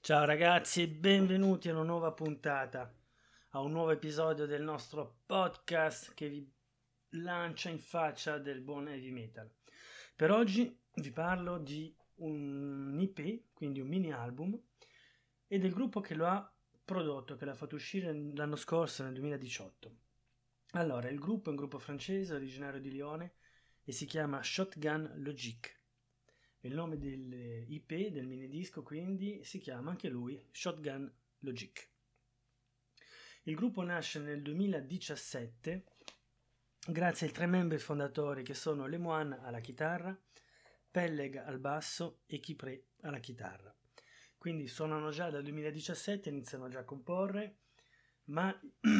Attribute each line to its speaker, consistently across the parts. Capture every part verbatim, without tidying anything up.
Speaker 1: Ciao ragazzi e benvenuti a una nuova puntata, a un nuovo episodio del nostro podcast che vi lancia in faccia del buon heavy metal. Per oggi vi parlo di un I P, quindi un mini album, e del gruppo che lo ha prodotto, che l'ha fatto uscire l'anno scorso, nel duemiladiciotto. Allora, il gruppo è un gruppo francese originario di Lione e si chiama Shotgun Logic. Il nome dell'I P, del mini disco, quindi si chiama anche lui Shotgun Logic. Il gruppo nasce nel duemiladiciassette grazie ai tre membri fondatori che sono Lemoine alla chitarra, Pelleg al basso e Chypré alla chitarra. Quindi suonano già dal duemiladiciassette, iniziano già a comporre, ma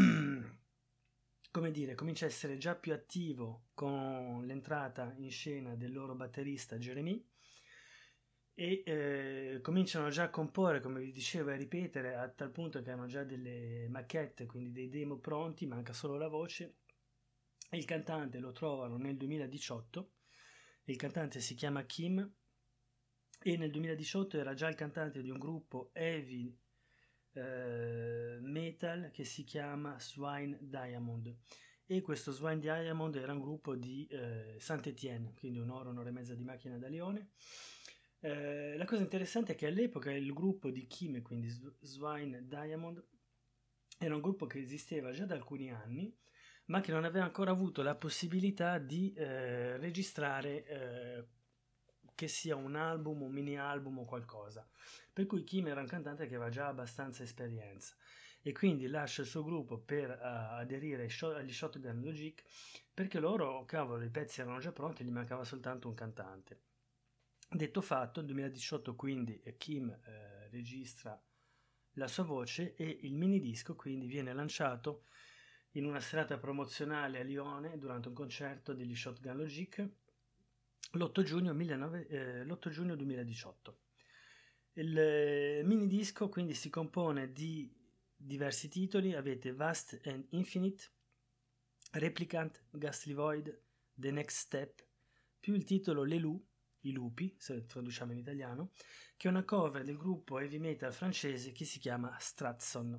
Speaker 1: come dire, comincia a essere già più attivo con l'entrata in scena del loro batterista Jérémy e eh, cominciano già a comporre, come vi dicevo, e a ripetere, a tal punto che hanno già delle maquette, quindi dei demo pronti, manca solo la voce. Il cantante lo trovano nel duemiladiciotto, il cantante si chiama Kim e nel duemiladiciotto era già il cantante di un gruppo heavy eh, metal che si chiama Swine Diamond, e questo Swine Diamond era un gruppo di eh, Saint-Étienne, quindi un'ora, un'ora e mezza di macchina da Lione. Eh, la cosa interessante è che all'epoca il gruppo di Kim, quindi Swine Diamond, era un gruppo che esisteva già da alcuni anni, ma che non aveva ancora avuto la possibilità di eh, registrare eh, che sia un album, un mini album o qualcosa. Per cui Kim era un cantante che aveva già abbastanza esperienza e quindi lascia il suo gruppo per uh, aderire agli Shotgun Logic, perché loro, cavolo, i pezzi erano già pronti, gli mancava soltanto un cantante. Detto fatto, nel duemiladiciotto quindi Kim eh, registra la sua voce e il mini disco quindi viene lanciato in una serata promozionale a Lione durante un concerto degli Shotgun Logic l'otto giugno, millenove, eh, l'otto giugno duemiladiciotto. Il eh, mini disco quindi si compone di diversi titoli, avete Vast and Infinite, Replicant, Ghastly Void, The Next Step, più il titolo Le Loups, i lupi, se traduciamo in italiano, che è una cover del gruppo heavy metal francese che si chiama Stratson.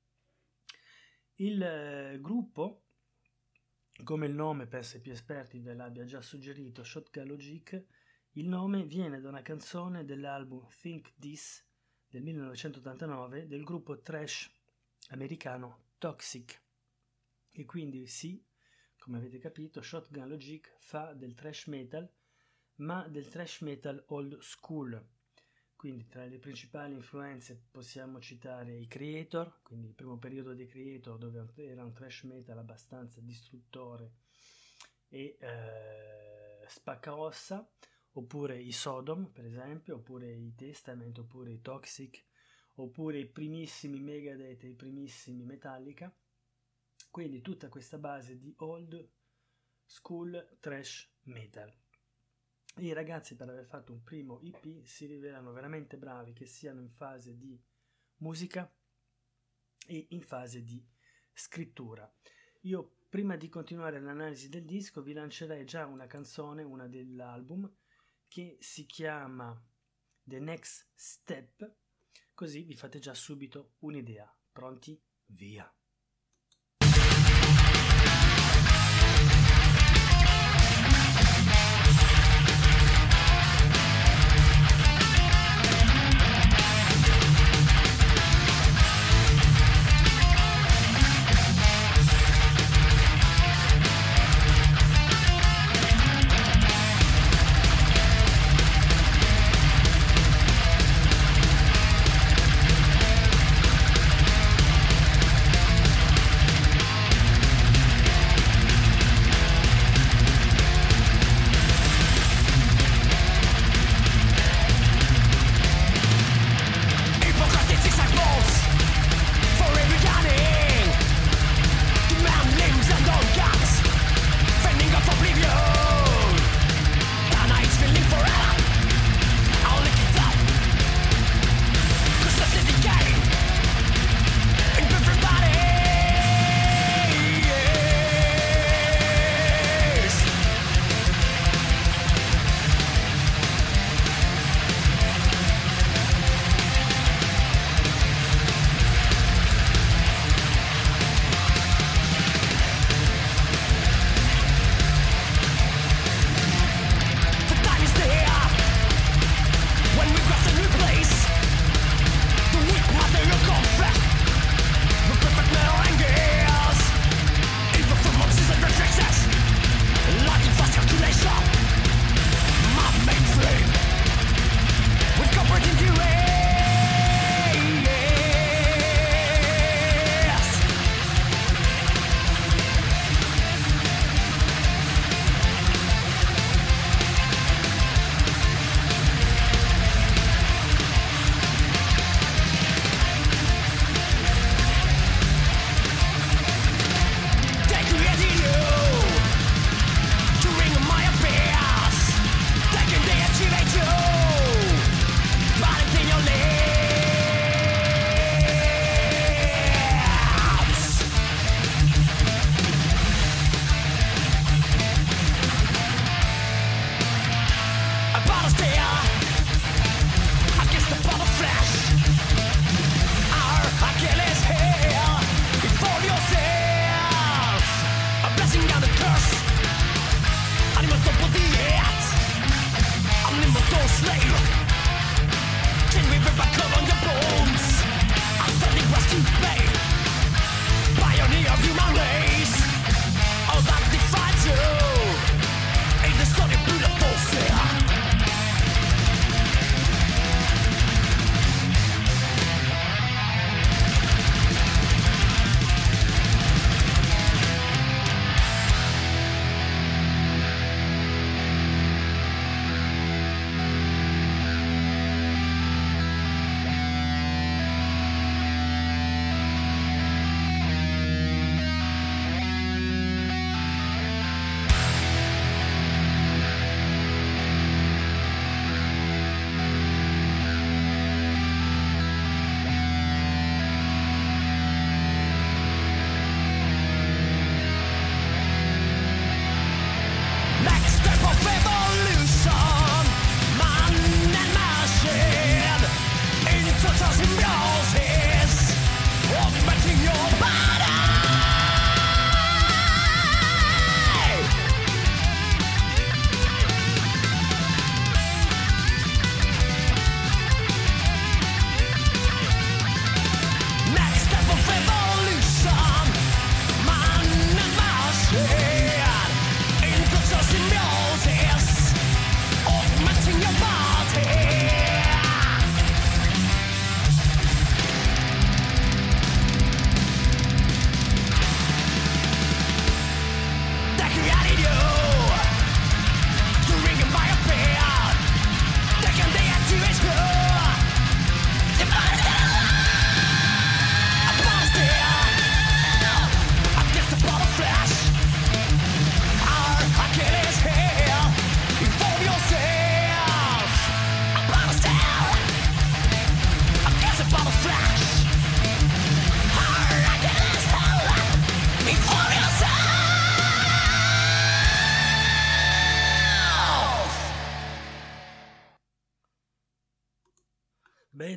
Speaker 1: Il eh, gruppo, come il nome penso i più esperti ve l'abbia già suggerito, Shotgun Logic, il nome viene da una canzone dell'album Think This del millenovecentottantanove del gruppo thrash americano Toxic. E quindi sì, come avete capito, Shotgun Logic fa del thrash metal, ma del thrash metal old school. Quindi tra le principali influenze possiamo citare i Creator, quindi il primo periodo dei Creator, dove era un thrash metal abbastanza distruttore e eh, spaccaossa, oppure i Sodom per esempio, oppure i Testament, oppure i Toxic, oppure i primissimi Megadeth e i primissimi Metallica. Quindi tutta questa base di old school thrash metal. I ragazzi, per aver fatto un primo I P, si rivelano veramente bravi, che siano in fase di musica e in fase di scrittura. Io, prima di continuare l'analisi del disco, vi lancerei già una canzone, una dell'album, che si chiama The Next Step, così vi fate già subito un'idea. Pronti? Via!
Speaker 2: We'll be right back.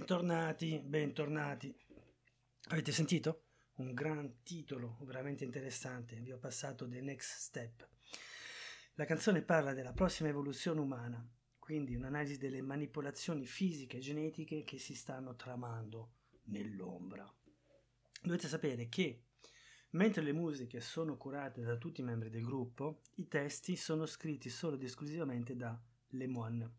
Speaker 1: Bentornati, bentornati. Avete sentito? Un gran titolo, veramente interessante. Vi ho passato The Next Step. La canzone parla della prossima evoluzione umana, quindi un'analisi delle manipolazioni fisiche e genetiche che si stanno tramando nell'ombra. Dovete sapere che mentre le musiche sono curate da tutti i membri del gruppo, i testi sono scritti solo ed esclusivamente da Lemoine.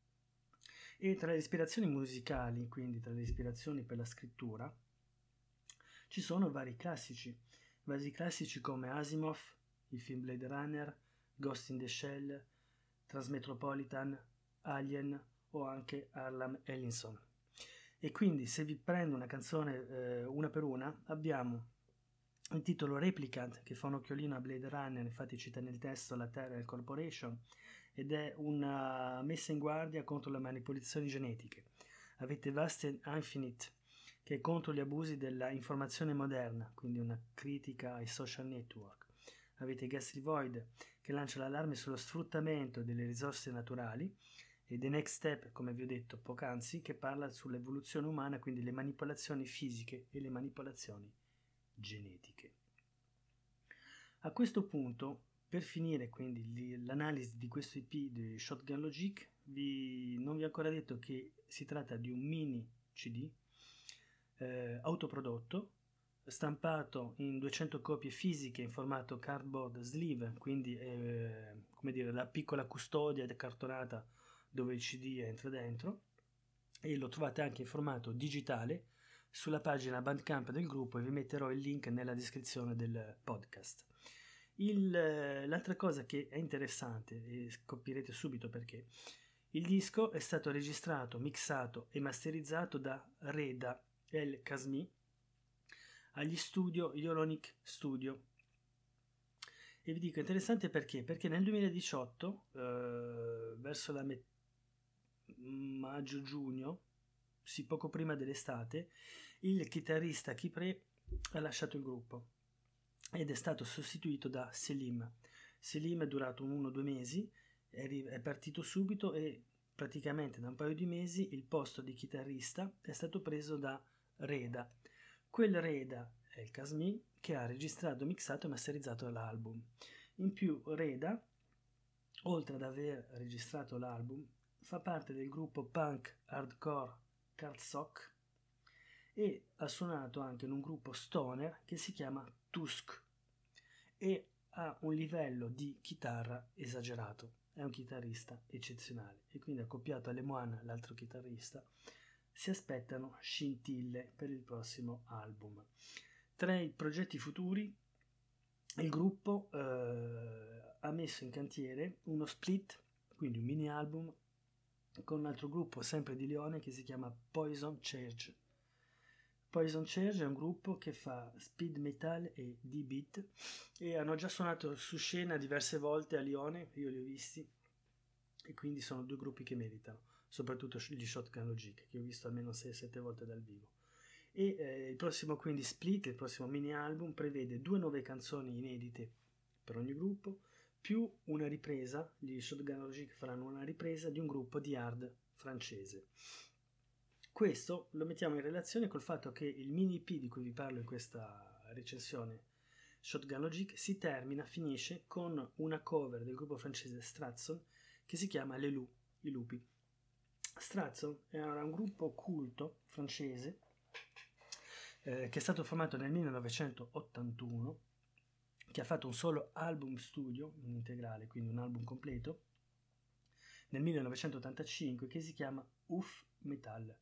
Speaker 1: E tra le ispirazioni musicali, quindi tra le ispirazioni per la scrittura, ci sono vari classici, vari classici come Asimov, il film Blade Runner, Ghost in the Shell, Transmetropolitan, Alien o anche Harlan Ellison. E quindi se vi prendo una canzone eh, una per una, abbiamo il titolo Replicant, che fa un occhiolino a Blade Runner, infatti cita nel testo la Terra e il Corporation, ed è una messa in guardia contro le manipolazioni genetiche. Avete Vast and Infinite, che è contro gli abusi della informazione moderna, quindi una critica ai social network. Avete Ghastly Void, che lancia l'allarme sullo sfruttamento delle risorse naturali, e The Next Step, come vi ho detto poc'anzi, che parla sull'evoluzione umana, quindi le manipolazioni fisiche e le manipolazioni genetiche. A questo punto, per finire quindi l'analisi di questo E P di Shotgun Logic, vi, non vi ho ancora detto che si tratta di un mini C D eh, autoprodotto, stampato in duecento copie fisiche in formato cardboard sleeve, quindi eh, come dire, la piccola custodia cartonata dove il C D entra dentro, e lo trovate anche in formato digitale sulla pagina Bandcamp del gruppo, e vi metterò il link nella descrizione del podcast. Il, l'altra cosa che è interessante, e scoprirete subito perché, il disco è stato registrato, mixato e masterizzato da Reda El Kazmi agli studio Euronic Studio. E vi dico interessante perché? Perché nel duemiladiciotto, eh, verso la met- maggio-giugno, sì, poco prima dell'estate, il chitarrista Kipre ha lasciato il gruppo ed è stato sostituito da Selim. Selim è durato uno o due mesi, è, ri- è partito subito, e praticamente da un paio di mesi il posto di chitarrista è stato preso da Reda. Quel Reda è il Kazmi che ha registrato, mixato e masterizzato l'album. In più Reda, oltre ad aver registrato l'album, fa parte del gruppo punk hardcore Karlsok e ha suonato anche in un gruppo stoner che si chiama Tusk, e ha un livello di chitarra esagerato. È un chitarrista eccezionale, e quindi, accoppiato a Lemoine, l'altro chitarrista, si aspettano scintille per il prossimo album. Tra i progetti futuri, il gruppo eh, ha messo in cantiere uno split, quindi un mini album, con un altro gruppo sempre di Lione che si chiama Poison Church. Poison Church è un gruppo che fa speed metal e D-beat, e hanno già suonato su scena diverse volte a Lione, io li ho visti, e quindi sono due gruppi che meritano, soprattutto gli Shotgun Logic, che ho visto almeno sei sette volte dal vivo. E eh, il prossimo quindi split, il prossimo mini album, prevede due nuove canzoni inedite per ogni gruppo, più una ripresa. Gli Shotgun Logic faranno una ripresa di un gruppo di hard francese. Questo lo mettiamo in relazione col fatto che il mini E P di cui vi parlo in questa recensione, Shotgun Logic, si termina, finisce con una cover del gruppo francese Stratson che si chiama Les Loups, i lupi. Stratson era un gruppo culto francese eh, che è stato formato nel millenovecentottantuno, che ha fatto un solo album studio, un integrale, quindi un album completo, nel millenovecentottantacinque, che si chiama Ouf Metal.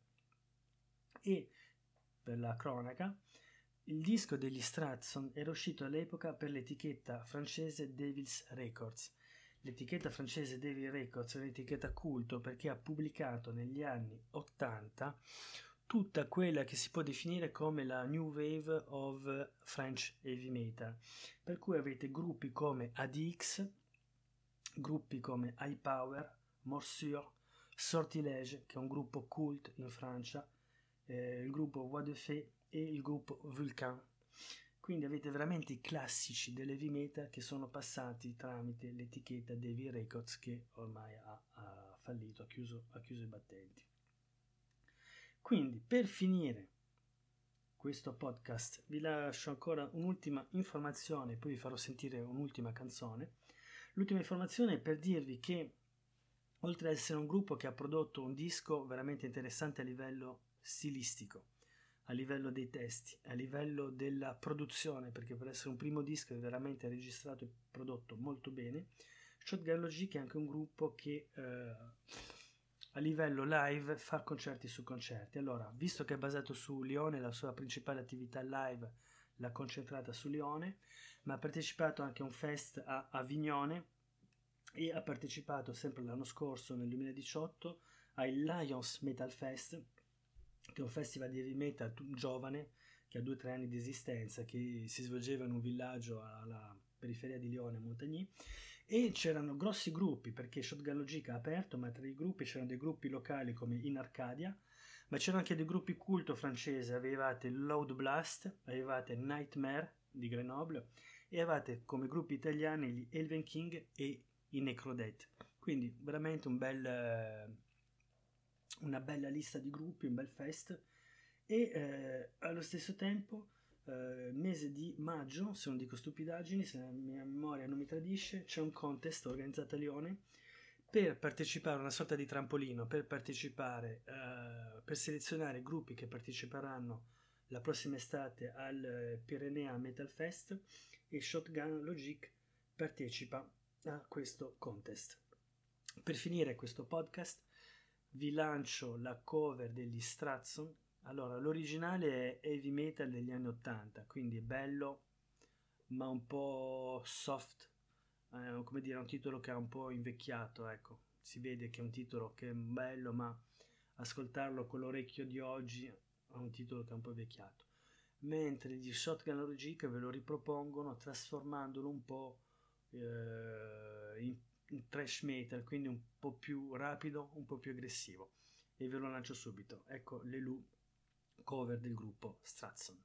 Speaker 1: E, per la cronaca, il disco degli Stratson era uscito all'epoca per l'etichetta francese Devil's Records. L'etichetta francese Devil Records è un'etichetta culto perché ha pubblicato negli anni ottanta tutta quella che si può definire come la New Wave of French Heavy Metal, per cui avete gruppi come A D X, gruppi come High Power, Morsure, Sortilège, che è un gruppo cult in Francia, eh, il gruppo Voix de Fée e il gruppo Vulcan. Quindi avete veramente i classici dell'heavy metal che sono passati tramite l'etichetta Devil Records, che ormai ha, ha fallito, ha chiuso, ha chiuso i battenti. Quindi, per finire questo podcast vi lascio ancora un'ultima informazione, poi vi farò sentire un'ultima canzone. L'ultima informazione è per dirvi che, oltre ad essere un gruppo che ha prodotto un disco veramente interessante a livello stilistico, a livello dei testi, a livello della produzione, perché per essere un primo disco è veramente registrato e prodotto molto bene, Shotgun Logic è anche un gruppo che eh, a livello live fa concerti su concerti. Allora, visto che è basato su Lione, la sua principale attività live l'ha concentrata su Lione, ma ha partecipato anche a un fest a Avignone e ha partecipato sempre l'anno scorso, nel duemiladiciotto, ai Lions Metal Fest, che è un festival di heavy metal giovane che ha due o tre anni di esistenza, che si svolgeva in un villaggio alla periferia di Lione, a Montagny, e c'erano grossi gruppi, perché Shotgun Logic ha aperto, ma tra i gruppi c'erano dei gruppi locali come In Arcadia, ma c'erano anche dei gruppi culto francesi. Avevate Loud Blast, avevate Nightmare di Grenoble e avevate come gruppi italiani gli Elven King e i Necrodead. Quindi veramente un bel, una bella lista di gruppi, un bel fest. E eh, allo stesso tempo Uh, mese di maggio, se non dico stupidaggini, se la mia memoria non mi tradisce, c'è un contest organizzato a Lione per partecipare, una sorta di trampolino per partecipare, uh, per selezionare gruppi che parteciperanno la prossima estate al Pirenea Metal Fest, e Shotgun Logic partecipa a questo contest. Per finire questo podcast vi lancio la cover degli Stratson. Allora, l'originale è heavy metal degli anni ottanta, quindi è bello, ma un po' soft, eh, come dire, è un titolo che è un po' invecchiato, ecco, si vede che è un titolo che è bello, ma ascoltarlo con l'orecchio di oggi è un titolo che è un po' invecchiato. Mentre gli Shotgun Logic ve lo ripropongono trasformandolo un po' eh, in, in thrash metal, quindi un po' più rapido, un po' più aggressivo, e ve lo lancio subito. Ecco le Lu, cover del gruppo Stratson.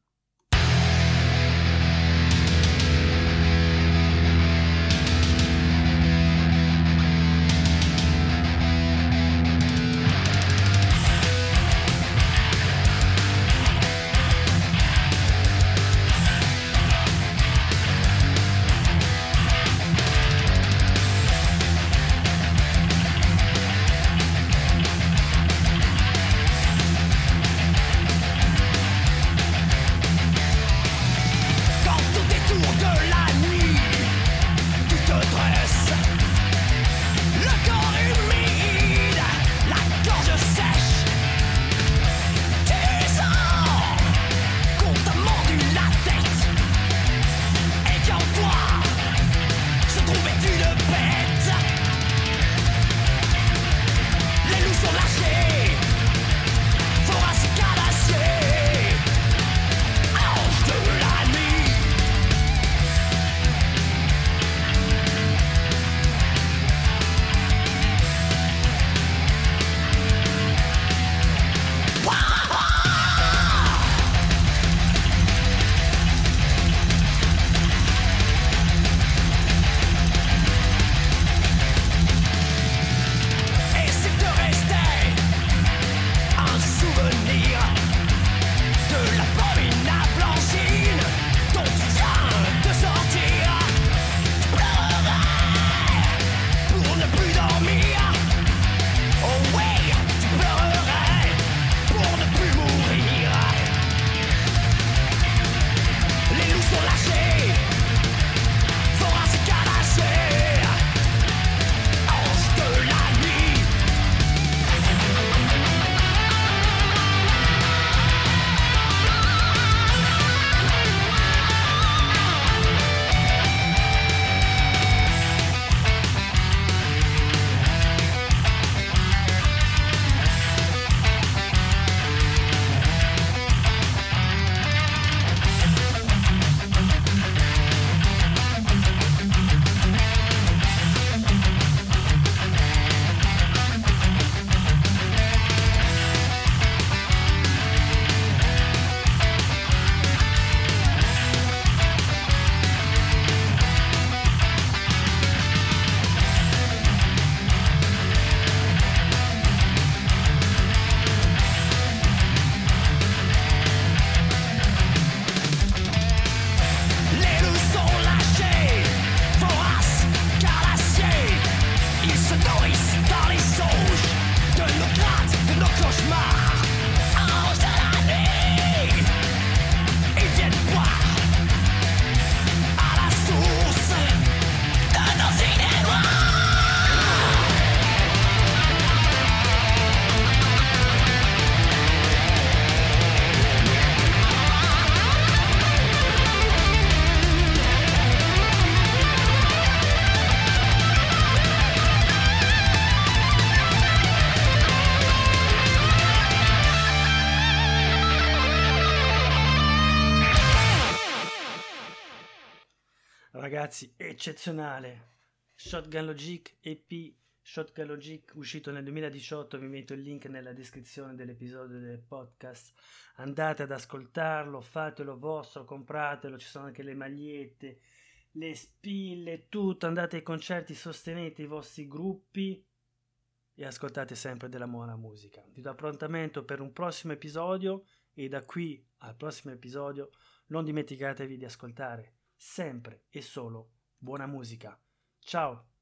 Speaker 1: ragazzi, eccezionale. Shotgun Logic E P, Shotgun Logic uscito nel duemiladiciotto, vi metto il link nella descrizione dell'episodio del podcast, andate ad ascoltarlo, fatelo vostro, compratelo, ci sono anche le magliette, le spille, tutto, andate ai concerti, sostenete i vostri gruppi e ascoltate sempre della buona musica. Vi do appuntamento per un prossimo episodio e da qui al prossimo episodio non dimenticatevi di ascoltare sempre e solo buona musica. Ciao!